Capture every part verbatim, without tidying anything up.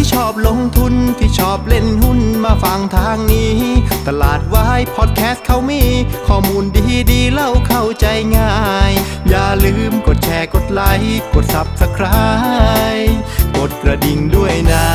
ที่ชอบลงทุนที่ชอบเล่นหุ้นมาฟังทางนี้ตลาดวายพอดแคสต์เขามีข้อมูลดีๆเล่าเข้าใจง่ายอย่าลืมกดแชร์กดไลค์กด ซับสไครบ์ กดกระดิ่งด้วยนะ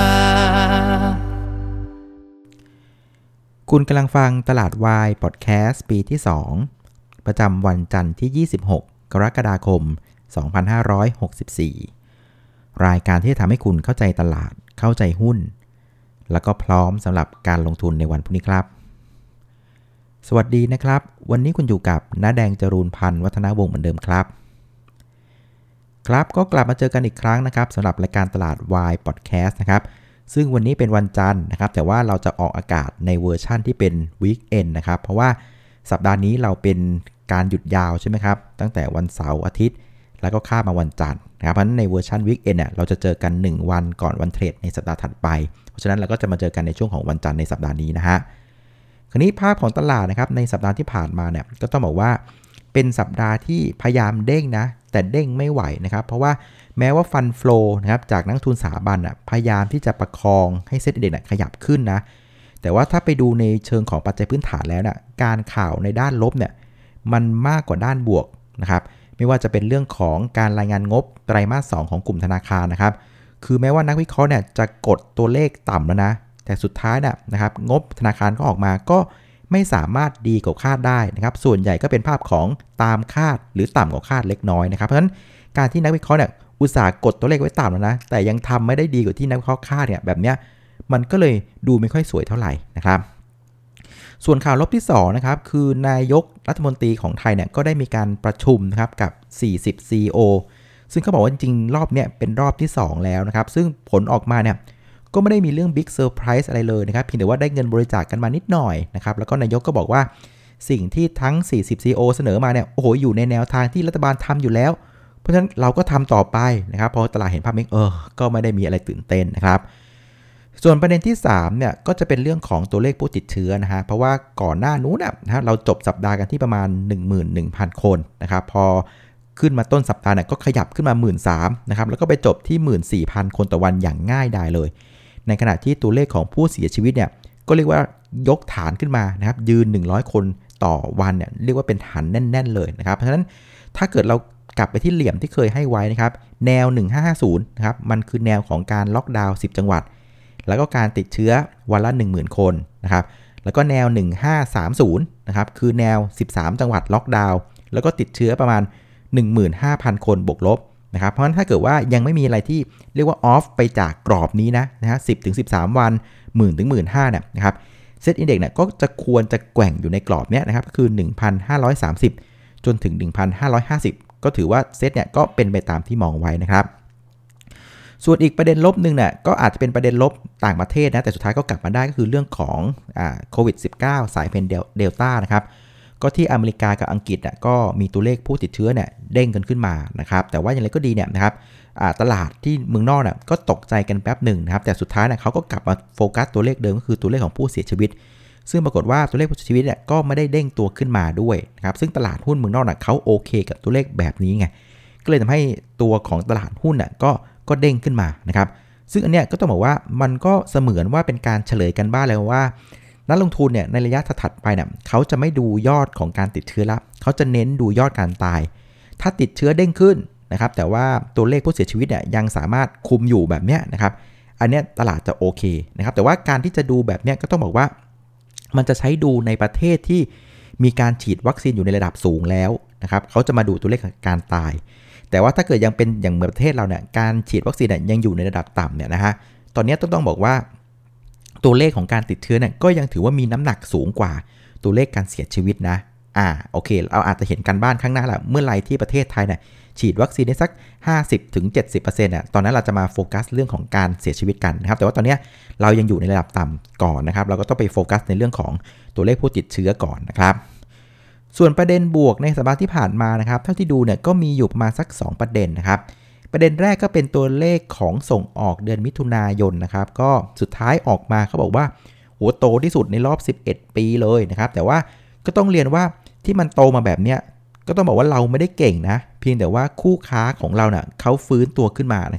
คุณกำลังฟังตลาดวายพอดแคสต์ปีที่สองประจำวันจันทร์ที่ยี่สิบหกกรกฎาคมสองพันห้าร้อยหกสิบสี่รายการที่จะทำให้คุณเข้าใจตลาดเข้าใจหุ้นแล้วก็พร้อมสำหรับการลงทุนในวันพรุ่งนี้ครับสวัสดีนะครับวันนี้คุณอยู่กับน้าแดงจรูนพันธ์วัฒนาวงศ์เหมือนเดิมครับครับก็กลับมาเจอกันอีกครั้งนะครับสำหรับรายการตลาดวายพอดแคสต์นะครับซึ่งวันนี้เป็นวันจันทร์นะครับแต่ว่าเราจะออกอากาศในเวอร์ชั่นที่เป็นวีคเอนด์นะครับเพราะว่าสัปดาห์นี้เราเป็นการหยุดยาวใช่ไหมครับตั้งแต่วันเสาร์อาทิตย์แล้วก็ข้ามมาวันจันทร์นะครับเพราะฉะนั้นในเวอร์ชันวีคเอนด์เนี่ยเราจะเจอกันหนึ่งวันก่อนวันเทรดในสัปดาห์ถัดไปเพราะฉะนั้นเราก็จะมาเจอกันในช่วงของวันจันทร์ในสัปดาห์นี้นะฮะคราวนี้ภาพของตลาดนะครับในสัปดาห์ที่ผ่านมาเนี่ยก็ต้องบอกว่าเป็นสัปดาห์ที่พยายามเด้งนะแต่เด้งไม่ไหวนะครับเพราะว่าแม้ว่าฟันโฟลนะครับจากนักทุนสถาบันอ่ะพยายามที่จะประคองให้เซ็ตอินเด็กซ์ขยับขึ้นนะแต่ว่าถ้าไปดูในเชิงของปัจจัยพื้นฐานแล้วนะการข่าวในด้านลบเนี่ยมันมากกว่าด้านบวกนะครับไม่ว่าจะเป็นเรื่องของการรายงานงบไตรมาสสองของกลุ่มธนาคารนะครับคือแม้ว่านักวิเคราะห์เนี่ยจะกดตัวเลขต่ำแล้วนะแต่สุดท้ายน่ะนะครับงบธนาคารก็ออกมาก็ไม่สามารถดีกว่าคาดได้นะครับส่วนใหญ่ก็เป็นภาพของตามคาดหรือต่ำกว่าคาดเล็กน้อยนะครับเพราะฉะนั้นการที่นักวิเคราะห์เนี่ยอุตส่าห์กดตัวเลขไว้ต่ำแล้วนะแต่ยังทำไม่ได้ดีกว่าที่นักวิเคราะห์คาดเนี่ยแบบเนี้ยมันก็เลยดูไม่ค่อยสวยเท่าไหร่นะครับส่วนข่าวลบที่สองนะครับคือนายกรัฐมนตรีของไทยเนี่ยก็ได้มีการประชุมนะครับกับสี่สิบ ซี อี โอ ซึ่งเขาบอกว่าจริงๆรอบเนี้ยเป็นรอบที่สองแล้วนะครับซึ่งผลออกมาเนี่ยก็ไม่ได้มีเรื่องบิ๊กเซอร์ไพรส์อะไรเลยนะครับเพียงแต่ว่าได้เงินบริจาค ก, กันมานิดหน่อยนะครับแล้วก็นายกก็บอกว่าสิ่งที่ทั้งสี่สิบ ซี อี โอ เสนอมาเนี่ยโอ้โหอยู่ในแนวทางที่รัฐบาลทำอยู่แล้วเพราะฉะนั้นเราก็ทำต่อไปนะครับพอตลาดเห็นภาพนี้เออก็ไม่ได้มีอะไรตื่นเต้นนะครับส่วนประเด็นที่สามเนี่ยก็จะเป็นเรื่องของตัวเลขผู้ติดเชื้อนะฮะเพราะว่าก่อนหน้านู้นนะฮะเราจบสัปดาห์กันที่ประมาณ หนึ่งหมื่นหนึ่งพัน คนนะครับพอขึ้นมาต้นสัปดาห์เนี่ยก็ขยับขึ้นมา หนึ่งหมื่นสามพัน นะครับแล้วก็ไปจบที่ หนึ่งหมื่นสี่พัน คนต่อวันอย่างง่ายดายเลยในขณะที่ตัวเลขของผู้เสียชีวิตเนี่ยก็เรียกว่ายกฐานขึ้นมานะครับยืนหนึ่งร้อยคนต่อวันเนี่ยเรียกว่าเป็นฐานแน่นๆเลยนะครับเพราะฉะนั้นถ้าเกิดเรากลับไปที่เหลี่ยมที่เคยให้ไว้นะครับแนวหนึ่งพันห้าร้อยห้าสิบนะครับมันคือแนวของการล็อกดาวน์สิบจังหวัดแล้วก็การติดเชื้อวันละ หนึ่งหมื่น คนนะครับแล้วก็แนวหนึ่งพันห้าร้อยสามสิบนะครับคือแนวสิบสามจังหวัดล็อกดาวน์แล้วก็ติดเชื้อประมาณ หนึ่งหมื่นห้าพัน คนบวกลบนะครับเพราะฉะนั้นถ้าเกิดว่ายังไม่มีอะไรที่เรียกว่าออฟไปจากกรอบนี้นะนะฮะสิบถึงสิบสามวัน หนึ่งหมื่น ถึง หนึ่งหมื่นห้าพัน เนี่ยนะครับเซตอินเด็กซ์เนี่ยก็จะควรจะแกว่งอยู่ในกรอบเนี้ยนะครับก็คือ หนึ่งพันห้าร้อยสามสิบ จนถึง หนึ่งพันห้าร้อยห้าสิบ ก็ถือว่าเซตเนี่ยก็เป็นไปตามที่มองไว้นะครับส่วนอีกประเด็นลบนึงเนี่ยก็อาจจะเป็นประเด็นลบต่างประเทศนะแต่สุดท้ายก็กลับมาได้ก็คือเรื่องของอ่าโควิด สิบเก้า สายพันธุ์เดลต้านะครับก็ที่อเมริกากับอังกฤษอ่ะก็มีตัวเลขผู้ติดเชื้อเนี่ยเด้งกันขึ้นมานะครับแต่ว่าอย่างไรก็ดีเนี่ยนะครับตลาดที่เมืองนอกเนี่ยก็ตกใจกันแป๊บหนึ่งนะครับแต่สุดท้ายเนี่ยเขาก็กลับมาโฟกัสตัวเลขเดิมก็คือตัวเลขของผู้เสียชีวิตซึ่งปรากฏว่าตัวเลขผู้เสียชีวิตเนี่ยก็ไม่ได้เด้งตัวขึ้นมาด้วยนะครับซึ่งตลาดหุ้นเมืองนอกน่ะเขาโอเคกับตัวเลขแบบนี้ไงก็เลยทำให้ตัวของตลาดหุ้นน่ะก็ก็เด้งขึ้นมานะครับซึ่งอันเนี้ยก็ต้องบอกว่ามันก็เสมือนว่าเป็นการเฉลยกันบ้างเลยว่านักลงทุนเนี่ยในระยะถัดไปเนี่ยเขาจะไม่ดูยอดของการติดเชื้อละเขาจะเน้นดูยอดการตายถ้าติดเชื้อเด้งขึ้นนะครับแต่ว่าตัวเลขผู้เสียชีวิตเนี่ยยังสามารถคุมอยู่แบบเนี้ยนะครับอันเนี้ยตลาดจะโอเคนะครับแต่ว่าการที่จะดูแบบเนี้ยก็ต้องบอกว่ามันจะใช้ดูในประเทศที่มีการฉีดวัคซีนอยู่ในระดับสูงแล้วนะครับเขาจะมาดูตัวเลขการตายแต่ว่าถ้าเกิดยังเป็นอย่างเหมือนประเทศเราเนี่ยการฉีดวัคซีนเนี่ยยังอยู่ในระดับต่ำเนี่ยนะฮะตอนนี้ต้องต้องบอกว่าตัวเลขของการติดเชื้อเนี่ยก็ยังถือว่ามีน้ำหนักสูงกว่าตัวเลขการเสียชีวิตนะอ่าโอเคเราอาจจะเห็นกันบ้านข้างหน้าแหละเมื่อไรที่ประเทศไทยเนี่ยฉีดวัคซีนได้สัก ห้าสิบถึงเจ็ดสิบเปอร์เซ็นต์ อ่ะตอนนั้นเราจะมาโฟกัสเรื่องของการเสียชีวิตกันนะครับแต่ว่าตอนนี้เรายังอยู่ในระดับต่ำก่อนนะครับเราก็ต้องไปโฟกัสในเรื่องของตัวเลขผู้ติดเชื้อก่อนนะครับส่วนประเด็นบวกในสัปดาห์ที่ผ่านมานะครับเท่าที่ดูเนี่ยก็มีอยู่ประมาณสักสองประเด็นนะครับประเด็นแรกก็เป็นตัวเลขของส่งออกเดือนมิถุนายนนะครับก็สุดท้ายออกมาเขาบอกว่าโหโตที่สุดในรอบสิบเอ็ดปีเลยนะครับแต่ว่าก็ต้องเรียนว่าที่มันโตมาแบบเนี้ยก็ต้องบอกว่าเราไม่ได้เก่งนะเพียงแต่ว่าคู่ค้าของเราเนี่ยเขาฟื้นตัวขึ้นมานะครับ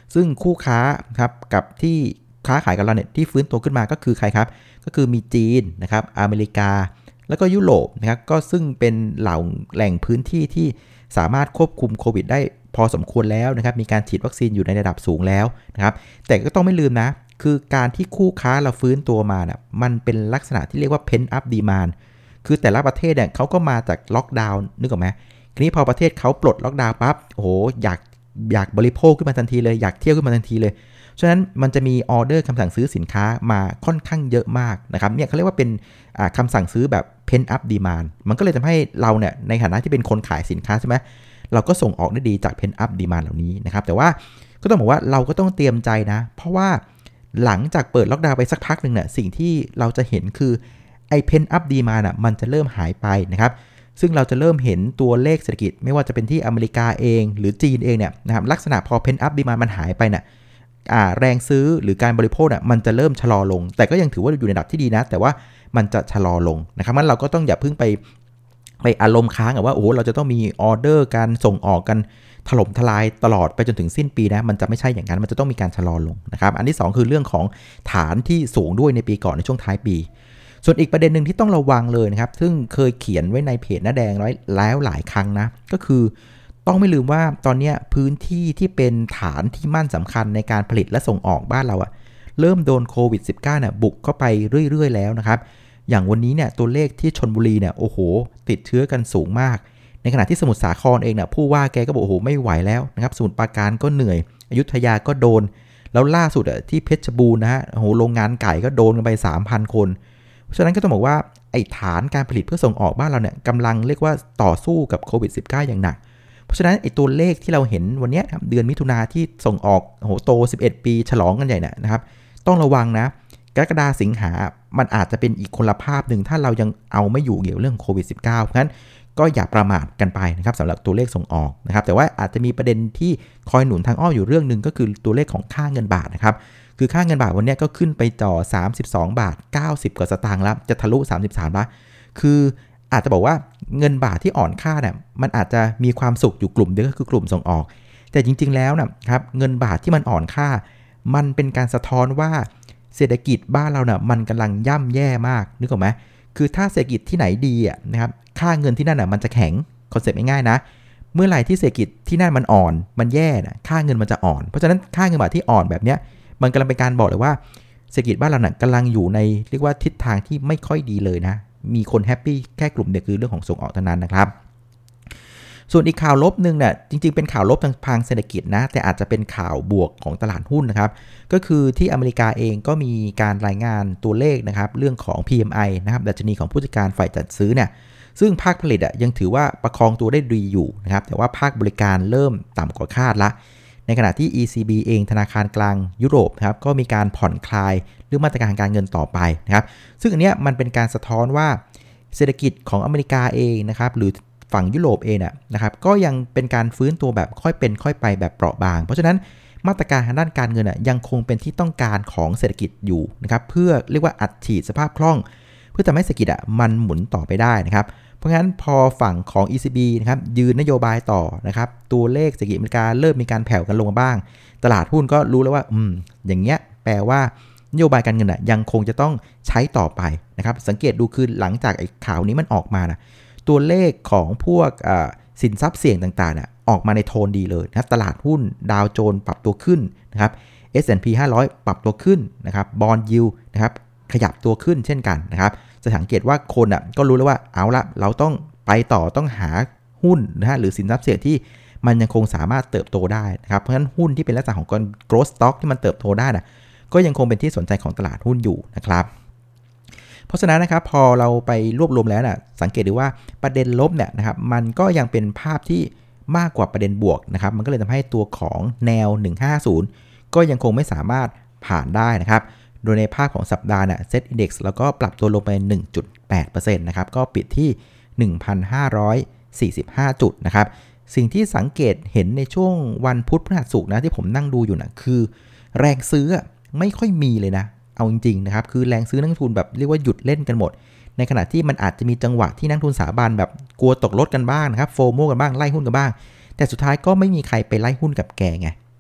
ซึ่งคู่ค้าครับกับที่ค้าขายกับเราเนี่ยที่ฟื้นตัวขึ้นมาก็คือใครครับก็คือมีจีนนะครับอเมริกาแล้วก็ยุโรปนะครับก็ซึ่งเป็นเหล่าแหล่งพื้นที่ที่สามารถควบคุมโควิดได้พอสมควรแล้วนะครับมีการฉีดวัคซีนอยู่ในระดับสูงแล้วนะครับแต่ก็ต้องไม่ลืมนะคือการที่คู่ค้าเราฟื้นตัวมาเนี่ยมันเป็นลักษณะที่เรียกว่า pent up demand คือแต่ละประเทศเนี่ยเขาก็มาจากล็อกดาวน์นึกออกไหมทีนี้พอประเทศเขาปลดล็อกดาวน์ปั๊บโอ้โหอยากอยากบริโภคขึ้นมาทันทีเลยอยากเที่ยวขึ้นมาทันทีเลยฉะนั้นมันจะมีออเดอร์คำสั่งซื้อสินค้ามาค่อนข้างเยอะมากนะครับเนี่ยเขาเรียกว่าเป็นคำสั่งซื้อแบบ pent up demand มันก็เลยทำให้เราเนี่ยในฐานะที่เป็นคนขายสินค้าใช่ไหมเราก็ส่งออกได้ดีจาก pent up demand เหล่านี้นะครับแต่ว่าก็ต้องบอกว่าเราก็ต้องเตรียมใจนะเพราะว่าหลังจากเปิดล็อกดาวน์ไปสักพักหนึ่งเนี่ยสิ่งที่เราจะเห็นคือไอ้ pent up demand อ่ะมันจะเริ่มหายไปนะครับซึ่งเราจะเริ่มเห็นตัวเลขเศรษฐกิจไม่ว่าจะเป็นที่อเมริกาเองหรือจีนเองเนี่ยนะครับลักษณะพอ pent up demand มันหายไปเนี่ยแรงซื้อหรือการบริโภคน่ะมันจะเริ่มชะลอลงแต่ก็ยังถือว่าอยู่ในระดับที่ดีนะแต่ว่ามันจะชะลอลงนะครับงั้นเราก็ต้องอย่าเพิ่งไปไปอารมณ์ค้างกับว่าโอ้โหเราจะต้องมีออเดอร์การส่งออกกันถล่มทลายตลอดไปจนถึงสิ้นปีนะมันจะไม่ใช่อย่างนั้นมันจะต้องมีการชะลอลงนะครับอันที่สองคือเรื่องของฐานที่สูงด้วยในปีก่อนในช่วงท้ายปีส่วนอีกประเด็นหนึ่งที่ต้องระวังเลยนะครับซึ่งเคยเขียนไว้ในเพจน้าแดงไว้แล้วหลายครั้งนะก็คือต้องไม่ลืมว่าตอนนี้พื้นที่ที่เป็นฐานที่มั่นสำคัญในการผลิตและส่งออกบ้านเราอะเริ่มโดนโควิด สิบเก้า เนี่ยบุกเข้าไปเรื่อยๆแล้วนะครับอย่างวันนี้เนี่ยตัวเลขที่ชลบุรีเนี่ยโอ้โหติดเชื้อกันสูงมากในขณะที่สมุทรสาครเองเนี่ยผู้ว่าแกก็บอกโอ้โหไม่ไหวแล้วนะครับสมุทรปราการก็เหนื่อยอยุธยาก็โดนแล้วล่าสุดอะที่เพชรบูรณ์นะฮะโอ้โหโรงงานไก่ก็โดนกันไป สามพัน คนเพราะฉะนั้นก็ต้องบอกว่าไอ้ฐานการผลิตเพื่อส่งออกบ้านเราเนี่ยกำลังเรียกว่าต่อสู้กับโควิด สิบเก้า อย่างหนักเพราะฉะนั้นไอ้ตัวเลขที่เราเห็นวันนี้ครับเดือนมิถุนาที่ส่งออกโอ้โหโตสิบเอ็ดปีฉลองกันใหญ่นะครับต้องระวังนะกรกฎาสิงหามันอาจจะเป็นอีกคนละภาพหนึ่งถ้าเรายังเอาไม่อยู่เกี่ยวเรื่องโควิด สิบเก้า เพราะฉะนั้นก็อย่าประมาทกันไปนะครับสำหรับตัวเลขส่งออกนะครับแต่ว่าอาจจะมีประเด็นที่คอยหนุนทางอ้อมอยู่เรื่องนึงก็คือตัวเลขของค่าเงินบาทนะครับคือค่าเงินบาทวันนี้ก็ขึ้นไปจ่อสามสิบสองบาทเก้าสิบกว่าสตางค์แล้วจะทะลุสามสิบสามแล้วคืออาจจะบอกว่าเงินบาทที่อ่อนค่าเนี่ยมันอาจจะมีความสุขอยู่กลุ่มเดียวก็คือกลุ่มส่งออกแต่จริงๆแล้วนะครับเงินบาทที่มันอ่อนค่ามันเป็นการสะท้อนว่าเศรษฐกิจบ้านเราเนี่ยมันกำลังย่ำแย่มากนึกออกไหมคือถ้าเศรษฐกิจที่ไหนดีอ่ะนะครับค่าเงินที่นั่นน่ะมันจะแข็งคอนเซ็ปต์ง่ายๆนะเมื่อไหร่ที่เศรษฐกิจที่นั่นมันอ่อนมันแย่นะค่าเงินมันจะอ่อนเพราะฉะนั้นค่าเงินบาทที่อ่อนแบบเนี้ยมันกำลังเป็นการบอกเลยว่าเศรษฐกิจบ้านเราเนี่ยกำลังอยู่ในเรียกว่าทิศทางที่ไม่ค่อยดีเลยนะมีคนแฮปปี้แค่กลุ่มเดียวคือเรื่องของส่งออกเท่านั้นนะครับส่วนอีกข่าวลบนึงเนี่ยจริงๆเป็นข่าวลบทางเศรษฐกิจนะแต่อาจจะเป็นข่าวบวกของตลาดหุ้นนะครับก็คือที่อเมริกาเองก็มีการรายงานตัวเลขนะครับเรื่องของ พี เอ็ม ไอ นะครับดัชนีของผู้จัดการฝ่ายจัดซื้อเนี่ยซึ่งภาคผลิตอ่ะยังถือว่าประคองตัวได้ดีอยู่นะครับแต่ว่าภาคบริการเริ่มต่ำกว่าคาดละในขณะที่ อี ซี บี เองธนาคารกลางยุโรปนะครับก็มีการผ่อนคลายเรื่องมาตรการการเงินต่อไปนะครับซึ่งอันเนี้ยมันเป็นการสะท้อนว่าเศรษฐกิจของอเมริกาเองนะครับหรือฝั่งยุโรปเองนะครับก็ยังเป็นการฟื้นตัวแบบค่อยเป็นค่อยไปแบบเปราะบางเพราะฉะนั้นมาตรการทางด้านการเงินยังคงเป็นที่ต้องการของเศรษฐกิจอยู่นะครับเพื่อเรียกว่าอัดฉีดสภาพคล่องเพื่อทำให้เศรษฐกิจมันหมุนต่อไปได้นะครับเพราะงั้นพอฝั่งของ อี ซี บี นะครับยืนนโยบายต่อนะครับตัวเลขเศรษฐกิจอเมริกาเริ่มมีการแผ่วกันลงมาบ้างตลาดหุ้นก็รู้แล้วว่าอืมอย่างเงี้ยแปลว่านโยบายการเงินยังคงจะต้องใช้ต่อไปนะครับสังเกตดูคือหลังจากไอ้ข่าวนี้มันออกมานะตัวเลขของพวกสินทรัพย์เสี่ยงต่างๆนะออกมาในโทนดีเลยนะตลาดหุ้นดาวโจนส์ปรับตัวขึ้นนะครับ เอส แอนด์ พี ห้าร้อยปรับตัวขึ้นนะครับบอนด์ยิลด์นะครับขยับตัวขึ้นเช่นกันนะครับจะสังเกตว่าคนอ่ะก็รู้แล้วว่าเอาละเราต้องไปต่อต้องหาหุ้นนะฮะหรือสินทรัพย์เสี่ยงที่มันยังคงสามารถเติบโตได้นะครับเพราะฉะนั้นหุ้นที่เป็นลักษณะของการ growth stock ที่มันเติบโตได้นะก็ยังคงเป็นที่สนใจของตลาดหุ้นอยู่นะครับเพราะฉะนั้นนะครับพอเราไปรวบรวมแล้วนะสังเกตดูว่าประเด็นลบเนี่ยนะครับมันก็ยังเป็นภาพที่มากกว่าประเด็นบวกนะครับมันก็เลยทำให้ตัวของแนวหนึ่งห้าศูนย์ก็ยังคงไม่สามารถผ่านได้นะครับโดยในภาคของสัปดาห์น่ะ Set Index แล้วก็ปรับตัวลงไป หนึ่งจุดแปดเปอร์เซ็นต์ นะครับก็ปิดที่ หนึ่งพันห้าร้อยสี่สิบห้า จุดนะครับสิ่งที่สังเกตเห็นในช่วงวันพุธพฤหัสศุกร์นะที่ผมนั่งดูอยู่นะคือแรงซื้อไม่ค่อยมีเลยนะเอาจริงๆนะครับคือแรงซื้อนักทุนแบบเรียกว่าหยุดเล่นกันหมดในขณะที่มันอาจจะมีจังหวะที่นักทุนสถาบันแบบกลัวตกรถกันบ้างนะครับโฟโมกันบ้างไล่หุ้นกันบ้างแต่สุดท้ายก็ไม่มีใครไปไล่หุ้นกับแกไง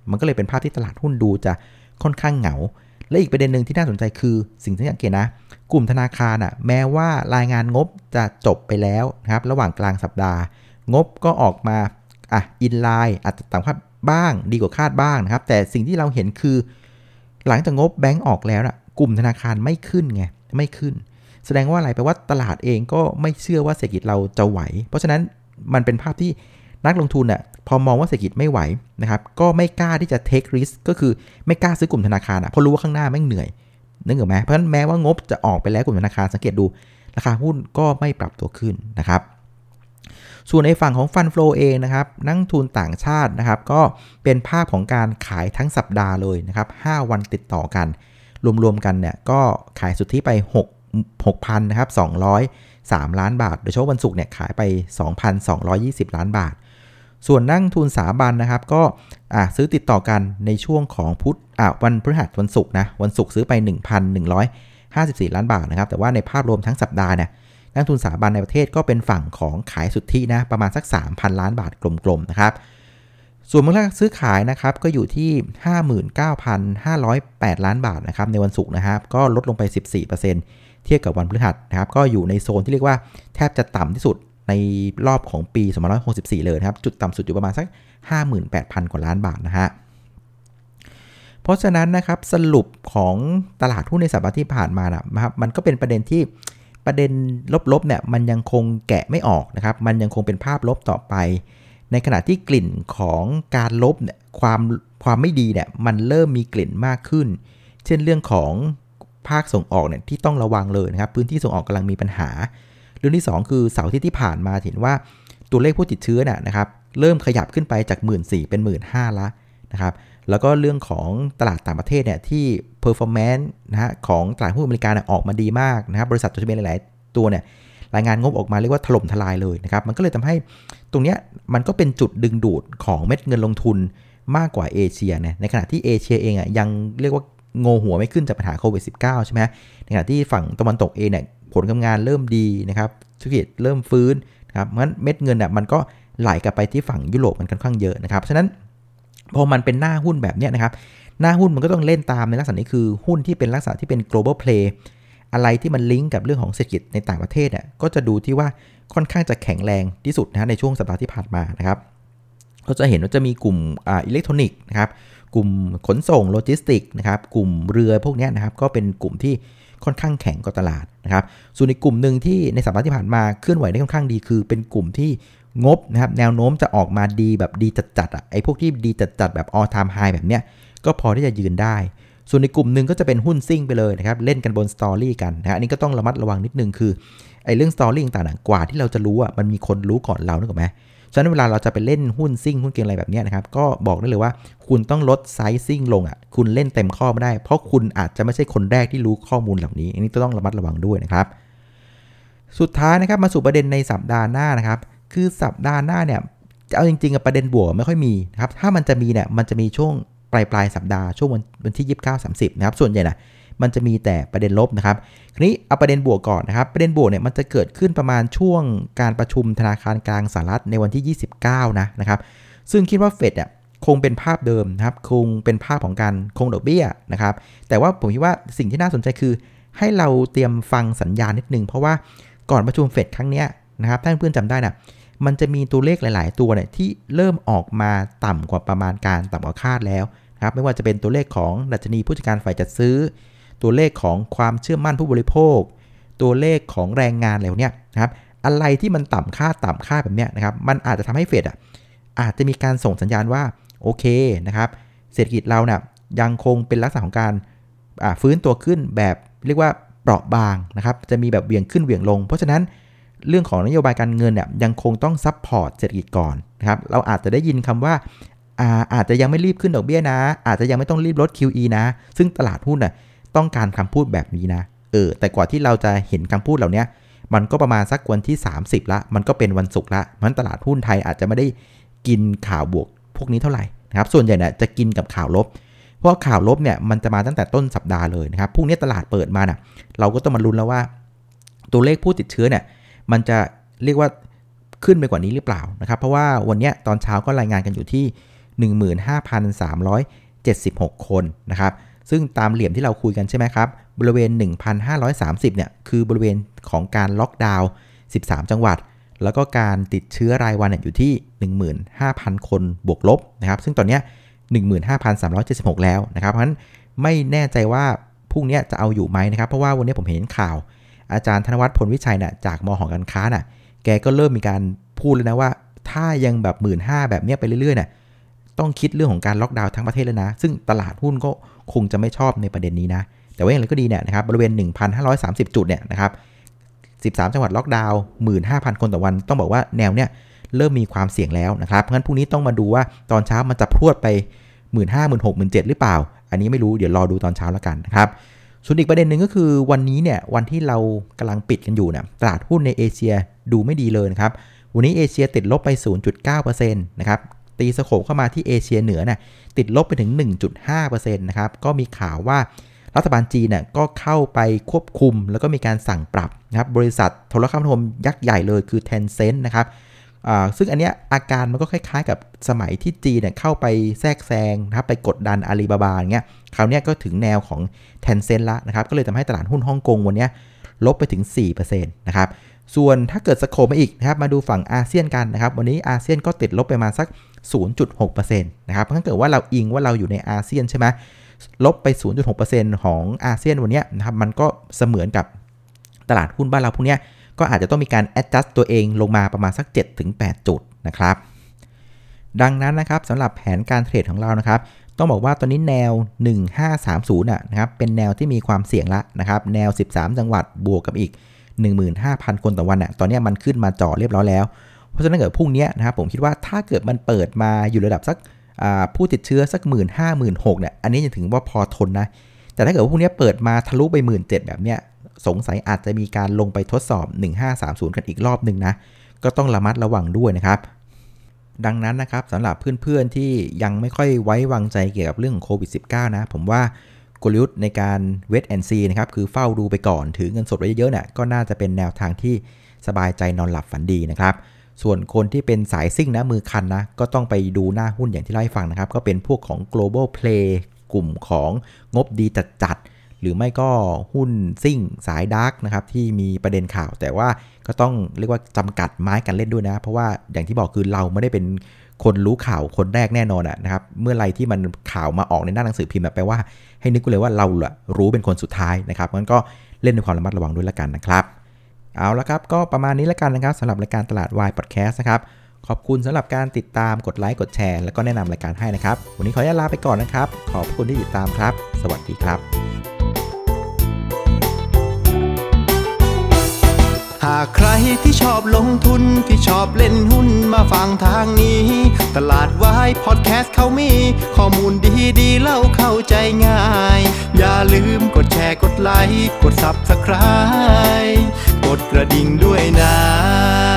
มันก็เลยเป็นภาพที่ตลาดหุ้นดูจะค่อนข้างเหงาและอีกประเด็นหนึ่งที่น่าสนใจคือสิ่งที่สังเกตนะกลุ่มธนาคารอ่ะแม้ว่ารายงานงบจะจบไปแล้วนะครับระหว่างกลางสัปดาห์งบก็ออกมาอ่ะอินไลน์อาจจะต่ำคาดบ้างดีกว่าคาดบ้างนะครับแต่สิ่งที่เราเห็นคือหลังจากงบแบงก์ออกแล้วนะกลุ่มธนาคารไม่ขึ้นไงไม่ขึ้นแสดงว่าอะไรแปลว่าตลาดเองก็ไม่เชื่อว่าเศรษฐกิจเราจะไหวเพราะฉะนั้นมันเป็นภาพที่นักลงทุนอ่ะพอมองว่าเศรษฐกิจไม่ไหวนะครับก็ไม่กล้าที่จะ take risk ก็คือไม่กล้าซื้อกลุ่มธนาคารอ่ะเพราะรู้ว่าข้างหน้าแม่งเหนื่อยนึกออกไหมเพราะฉะนั้นแม้ว่างบจะออกไปแล้วกลุ่มธนาคารสังเกตดูราคาหุ้นก็ไม่ปรับตัวขึ้นนะครับส่วนในฝั่งของฟันโฟลเองนะครับนักทุนต่างชาตินะครับก็เป็นภาพของการขายทั้งสัปดาห์เลยนะครับห้าวันติดต่อกันรวมๆกันเนี่ยก็ขายสุทธิไปหกพัน นะครับสองร้อยสามล้านบาทโดยเฉพาะวันศุกร์เนี่ยขายไป สองพันสองร้อยยี่สิบล้านบาทส่วนนักทุนสถาบันนะครับก็อ่ะซื้อติดต่อกันในช่วงของพุธอ่ะวันพฤหัสวันศุกร์นะวันศุกร์ซื้อไป หนึ่งพันหนึ่งร้อยห้าสิบสี่ ล้านบาทนะครับแต่ว่าในภาพรวมทั้งสัปดาห์เนี่ยนักทุนสถาบันในประเทศก็เป็นฝั่งของขายสุทธินะประมาณสัก สามพัน ล้านบาทกลมๆนะครับส่วนมูลค่าซื้อขายนะครับก็อยู่ที่ ห้าหมื่นเก้าพันห้าร้อยแปด ล้านบาทนะครับในวันศุกร์นะครับก็ลดลงไป สิบสี่เปอร์เซ็นต์ เทียบกับวันพฤหัสนะครับก็อยู่ในโซนที่เรียกว่าแทบจะต่ำที่สุดในรอบของปีสองพันห้าร้อยหกสิบสี่เลยนะครับจุดต่ำสุดอยู่ประมาณสัก ห้าหมื่นแปดพัน กว่าล้านบาทนะฮะเพราะฉะนั้นนะครับสรุปของตลาดหุ้นในสัปดาห์ที่ผ่านมานะครับมันก็เป็นประเด็นที่ประเด็นลบๆเนี่ยมันยังคงแกะไม่ออกนะครับมันยังคงเป็นภาพลบต่อไปในขณะที่กลิ่นของการลบเนี่ยความความไม่ดีเนี่ยมันเริ่มมีกลิ่นมากขึ้นเช่นเรื่องของภาคส่งออกเนี่ยที่ต้องระวังเลยนะครับพื้นที่ส่งออกกำลังมีปัญหาเรื่องที่สองคือเสาร์อาทิตย์ที่ผ่านมาเห็นว่าตัวเลขผู้ติดเชื้อน่ะนะครับเริ่มขยับขึ้นไปจาก หนึ่งหมื่นสี่พัน เป็น หนึ่งหมื่นห้าพัน ละนะครับแล้วก็เรื่องของตลาดต่างประเทศเนี่ยที่ performance นะฮะของตลาดหุ้นอเมริกาออกมาดีมากนะครับบริษัทจดทะเบียนหลายๆตัวเนี่ยรายงานงบออกมาเรียกว่าถล่มทลายเลยนะครับมันก็เลยทำให้ตรงเนี้ยมันก็เป็นจุดดึงดูดของเม็ดเงินลงทุนมากกว่าเอเชียเนี่ยในขณะที่เอเชียเองอ่ะยังเรียกว่าโงหัวไม่ขึ้นจากปัญหาโควิด สิบเก้า ใช่ไหมในขณะที่ฝั่งตะวันตกเองเนี่ยผลการงานเริ่มดีนะครับธุรกิจเริ่มฟื้นนะครับเพราะฉะนั้นเม็ดเงินอ่ะมันก็ไหลกลับไปที่ฝั่งยุโรปมันค่อนข้างเยอะนะครับฉะนั้นพอมันเป็นหน้าหุ้นแบบเนี้ยนะครับหน้าหุ้นมันก็ต้องเล่นตามในลักษณะนี้คือหุ้นที่เป็นลักษณะที่เป็น global play อะไรที่มันลิงก์กับเรื่องของเศรษฐกิจในต่างประเทศอ่ะก็จะดูที่ว่าค่อนข้างจะแข็งแรงที่สุดนะในช่วงสัปดาห์ที่ผ่านมานะครับเราจะเห็นว่าจะมีกลุ่มอ่าอิเล็กทรอนิกส์นะครับกลุ่มขนส่งโลจิสติกนะครับกลุ่มเรือพวกนี้นะครับก็เป็นกลุ่มที่ค่อนข้างแข็งกว่าตลาดนะครับส่วนอีกกลุ่มหนึ่งที่ในสัปดาห์ที่ผ่านมาเคลื่อนไหวได้ค่อนข้างดีคือเป็นกลุ่มที่งบนะครับแนวโน้มจะออกมาดีแบบดีจัดๆอ่ะไอ้พวกที่ดีจัดๆแบบ all time high แบบเนี้ยก็พอที่จะยืนได้ส่วนในกลุ่มหนึ่งก็จะเป็นหุ้นซิ่งไปเลยนะครับเล่นกันบนสตอรี่กันนะอันนี้ก็ต้องระมัดระวังนิดนึงคือไอ้เรื่องสตอรี่ต่างๆกว่าที่เราจะรู้อ่ะมันมีคนรู้ก่อนเรานึกออกไหมฉะนั้นเวลาเราจะไปเล่นหุ้นซิ่งหุ้นเก็งอะไรแบบนี้นะครับก็บอกได้เลยว่าคุณต้องลดไซซิ่งลงอ่ะคุณเล่นเต็มข้อไม่ได้เพราะคุณอาจจะไม่ใช่คนแรกที่รู้ข้อมูลเหล่านี้อันนี้ต้องระมัดระวังด้วยนะครับสุดท้ายนะครับมาสู่ประเด็นในสัปดาห์หน้านะครับคือสัปดาห์หน้าเนี่ยเอาจริงๆประเด็นบวกไม่ค่อยมีนะครับถ้ามันจะมีเนี่ยมันจะมีช่วงปลายปลายสัปดาห์ช่วงวันวันที่ยี่สิบเก้า สามสิบนะครับส่วนใหญ่นะมันจะมีแต่ประเด็นลบนะครับทีนี้เอาประเด็นบวกก่อนนะครับประเด็นบวกเนี่ยมันจะเกิดขึ้นประมาณช่วงการประชุมธนาคารกลางสหรัฐในวันที่ยี่สิบเก้านะนะครับซึ่งคิดว่าเฟดเนี่ยคงเป็นภาพเดิมนะครับคงเป็นภาพของการคงดอกเบี้ยนะครับแต่ว่าผมคิดว่าสิ่งที่น่าสนใจคือให้เราเตรียมฟังสัญญาณนิดนึงเพราะว่าก่อนประชุมเฟดครั้งนี้นะครับท่านเพื่อนจำได้นะมันจะมีตัวเลขหลายๆตัวเนี่ยที่เริ่มออกมาต่ำกว่าประมาณการต่ำกว่าคาดแล้วนะครับไม่ว่าจะเป็นตัวเลขของดัชนีผู้จัดการฝ่ายจัดซื้อตัวเลขของความเชื่อมั่นผู้บริโภคตัวเลขของแรงงานอะไรเนี่ยนะครับอะไรที่มันต่ำคาดต่ำคาดแบบเนี้ยนะครับมันอาจจะทำให้เฟดอ่ะอาจจะมีการส่งสัญญาณว่าโอเคนะครับเศรษฐกิจเราเนี่ยยังคงเป็นลักษณะของการฟื้นตัวขึ้นแบบเรียกว่าเปราะบางนะครับจะมีแบบเบี่ยงขึ้นเบี่ยงลงเพราะฉะนั้นเรื่องของนโยบายการเงินเนี่ยยังคงต้องซัพพอร์ตเศรษฐกิจก่อนนะครับเราอาจจะได้ยินคำว่าอาอาจจะยังไม่รีบขึ้นดอกเบี้ยนะอาจจะยังไม่ต้องรีบลด คิว อี นะซึ่งตลาดหุ้นน่ะต้องการคำพูดแบบนี้นะเออแต่กว่าที่เราจะเห็นคำพูดเหล่านี้มันก็ประมาณสักวันที่สามสิบละมันก็เป็นวันศุกร์ละมันตลาดหุ้นไทยอาจจะไม่ได้กินข่าวบวกพวกนี้เท่าไหร่นะครับส่วนใหญ่เนี่ยจะกินกับข่าวลบเพราะข่าวลบเนี่ยมันจะมาตั้งแต่ต้นสัปดาห์เลยนะครับพรุ่งนี้ตลาดเปิดมาน่ะเราก็ต้องมาลุ้นแล้วว่าตัวเลขผู้ติดเชื้อเนี่ยมันจะเรียกว่าขึ้นไปกว่านี้หรือเปล่านะครับเพราะว่าวันนี้ตอนเช้าก็รายงานกันอยู่ที่หนึ่งหมื่นห้าพันสามร้อยเจ็ดสิบหก คนนะครับซึ่งตามเหลี่ยมที่เราคุยกันใช่ไหมครับบริเวณ หนึ่งพันห้าร้อยสามสิบ เนี่ยคือบริเวณของการล็อกดาวน์สิบสามจังหวัดแล้วก็การติดเชื้อรายวันเนี่ยอยู่ที่ หนึ่งหมื่นห้าพัน คนบวกลบนะครับซึ่งตอนนี้ หนึ่งหมื่นห้าพันสามร้อยเจ็ดสิบหก แล้วนะครับเพราะฉะนั้นไม่แน่ใจว่าพรุ่งนี้จะเอาอยู่ไหมนะครับเพราะว่าวันนี้ผมเห็นข่าวอาจารย์ธนวัฒน์พลวิชัยน่ะจากม.หอการค้าน่ะแกก็เริ่มมีการพูดแล้วนะว่าถ้ายังแบบ หนึ่งหมื่นห้าพัน แบบนี้ไปเรื่อยๆน่ะต้องคิดเรื่องของการล็อกดาวน์ทั้งประเทศแล้วนะซึ่งตลาดหุ้นก็คงจะไม่ชอบในประเด็นนี้นะแต่ว่าอย่างไรก็ดีเนี่ยนะครับบริเวณ หนึ่งพันห้าร้อยสามสิบ จุดเนี่ยนะครับสิบสามจังหวัดล็อกดาวน์ หนึ่งหมื่นห้าพัน คนต่อวันต้องบอกว่าแนวเนี่ยเริ่มมีความเสี่ยงแล้วนะครับเพราะฉะนั้นพรุ่งนี้ต้องมาดูว่าตอนเช้ามันจะพรวดไป หนึ่งหมื่นห้าพัน หนึ่งหมื่นหกพัน หนึ่งหมื่นเจ็ดพัน หรือเปล่าอันนี้ไม่รู้เดี๋ยวรอดูตอนเช้าแล้วกันนะครับส่วนอีกประเด็นหนึ่งก็คือวันนี้เนี่ยวันที่เรากำลังปิดกันอยู่เนี่ยตลาดหุ้นในเอเชียดูไม่ดีเลยนะครับวันนี้เอเชียติดลบไป ศูนย์จุดเก้าเปอร์เซ็นต์ นะครับตีสโคปเข้ามาที่เอเชียเหนือน่ะติดลบไปถึง หนึ่งจุดห้าเปอร์เซ็นต์ นะครับก็มีข่าวว่ารัฐบาลจีนน่ะก็เข้าไปควบคุมแล้วก็มีการสั่งปรับนะครับบริษัทโทรคมนาคมยักษ์ใหญ่เลยคือ Tencent นะครับซึ่งอันเนี้ยอาการมันก็คล้ายๆกับสมัยที่จีนเนี่ยเข้าไปแทรกแซงนะครับไปกดดันอาลีบาบาอย่างเงี้ยคราวเนี้ยก็ถึงแนวของ Tencent ละนะครับก็เลยทำให้ตลาดหุ้นฮ่องกงวันเนี้ยลบไปถึง สี่เปอร์เซ็นต์ นะครับส่วนถ้าเกิดสโคปมาอีกนะครับมาดูฝั่งอาเซียนกันนะครับวันนี้อาเซียนก็ติดลบไปมาสัก ศูนย์จุดหกเปอร์เซ็นต์ นะครับถ้าเกิดว่าเราอิงว่าเราอยู่ในอาเซียนใช่ไหมลบไป ศูนย์จุดหกเปอร์เซ็นต์ ของอาเซียนวันนี้นะครับมันก็เสมือนกับตลาดหุ้นบ้านเราพวกนี้ก็อาจจะต้องมีการ adjust ตัวเองลงมาประมาณสัก เจ็ดถึงแปด จุดนะครับดังนั้นนะครับสำหรับแผนการเทรดของเรานะครับต้องบอกว่าตอนนี้แนวหนึ่งพันห้าร้อยสามสิบอ่ะนะครับเป็นแนวที่มีความเสี่ยงละนะครับแนวสิบสามจังหวัดบวกกับอีก หนึ่งหมื่นห้าพัน คนต่อวันอ่ะตอนนี้มันขึ้นมาจ่อเรียบร้อยแล้วเพราะฉะนั้นเกิดพรุ่งนี้นะครับผมคิดว่าถ้าเกิดมันเปิดมาอยู่ระดับสักผู้ติดเชื้อสัก หนึ่งหมื่นห้าพัน หนึ่งหมื่นหกพัน เนี่ยอันนี้จะถึงว่าพอทนนะแต่ถ้าเกิดว่าพรุ่งนี้เปิดมาทะลุไป หนึ่งหมื่นเจ็ดพัน แบบเนี้ยสงสัยอาจจะมีการลงไปทดสอบหนึ่งพันห้าร้อยสามสิบกันอีกรอบนึงนะก็ต้องระมัดระวังด้วยนะครับดังนั้นนะครับสำหรับเพื่อนๆที่ยังไม่ค่อยไว้วางใจเกี่ยวกับเรื่องของโควิด สิบเก้า นะผมว่ากลยุทธ์ในการเวทแอนด์ซีนะครับคือเฝ้าดูไปก่อนถือเงินสดไว้เยอะๆเนี่ยก็น่าจะเป็นแนวทางที่สบายใจนอนหลับฝันดีนะครับส่วนคนที่เป็นสายซิ่งนะมือคันนะก็ต้องไปดูหน้าหุ้นอย่างที่เล่าให้ฟังนะครับก็เป็นพวกของ global play กลุ่มของงบดีจัดๆหรือไม่ก็หุ้นซิ่งสายดาร์กนะครับที่มีประเด็นข่าวแต่ว่าก็ต้องเรียกว่าจำกัดไม้กันเล่นด้วยนะเพราะว่าอย่างที่บอกคือเราไม่ได้เป็นคนรู้ข่าวคนแรกแน่นอนนะครับเมื่อไรที่มันข่าวมาออกในหน้าหนังสือพิมพ์แปลว่าให้นึกเลยว่าเราล่ะรู้เป็นคนสุดท้ายนะครับงั้นก็เล่นด้วยความระมัดระวังด้วยละกันนะครับเอาละครับก็ประมาณนี้ละกันนะครับสำหรับรายการตลาดวายพอดแคสต์นะครับขอบคุณสำหรับการติดตามกดไลค์กดแชร์แล้วก็แนะนำรายการให้นะครับวันนี้ขออนุญาตลาไปก่อนนะครับขอบคุณที่ติดตามครับสวัสดีครับหากใครที่ชอบลงทุนที่ชอบเล่นหุ้นมาฟังทางนี้ตลาดวายพอดแคสต์เขามีข้อมูลดีๆเล่าเข้าใจง่ายอย่าลืมกดแชร์กดไลค์กด ซับสไครบ์ กดกระดิ่งด้วยนะ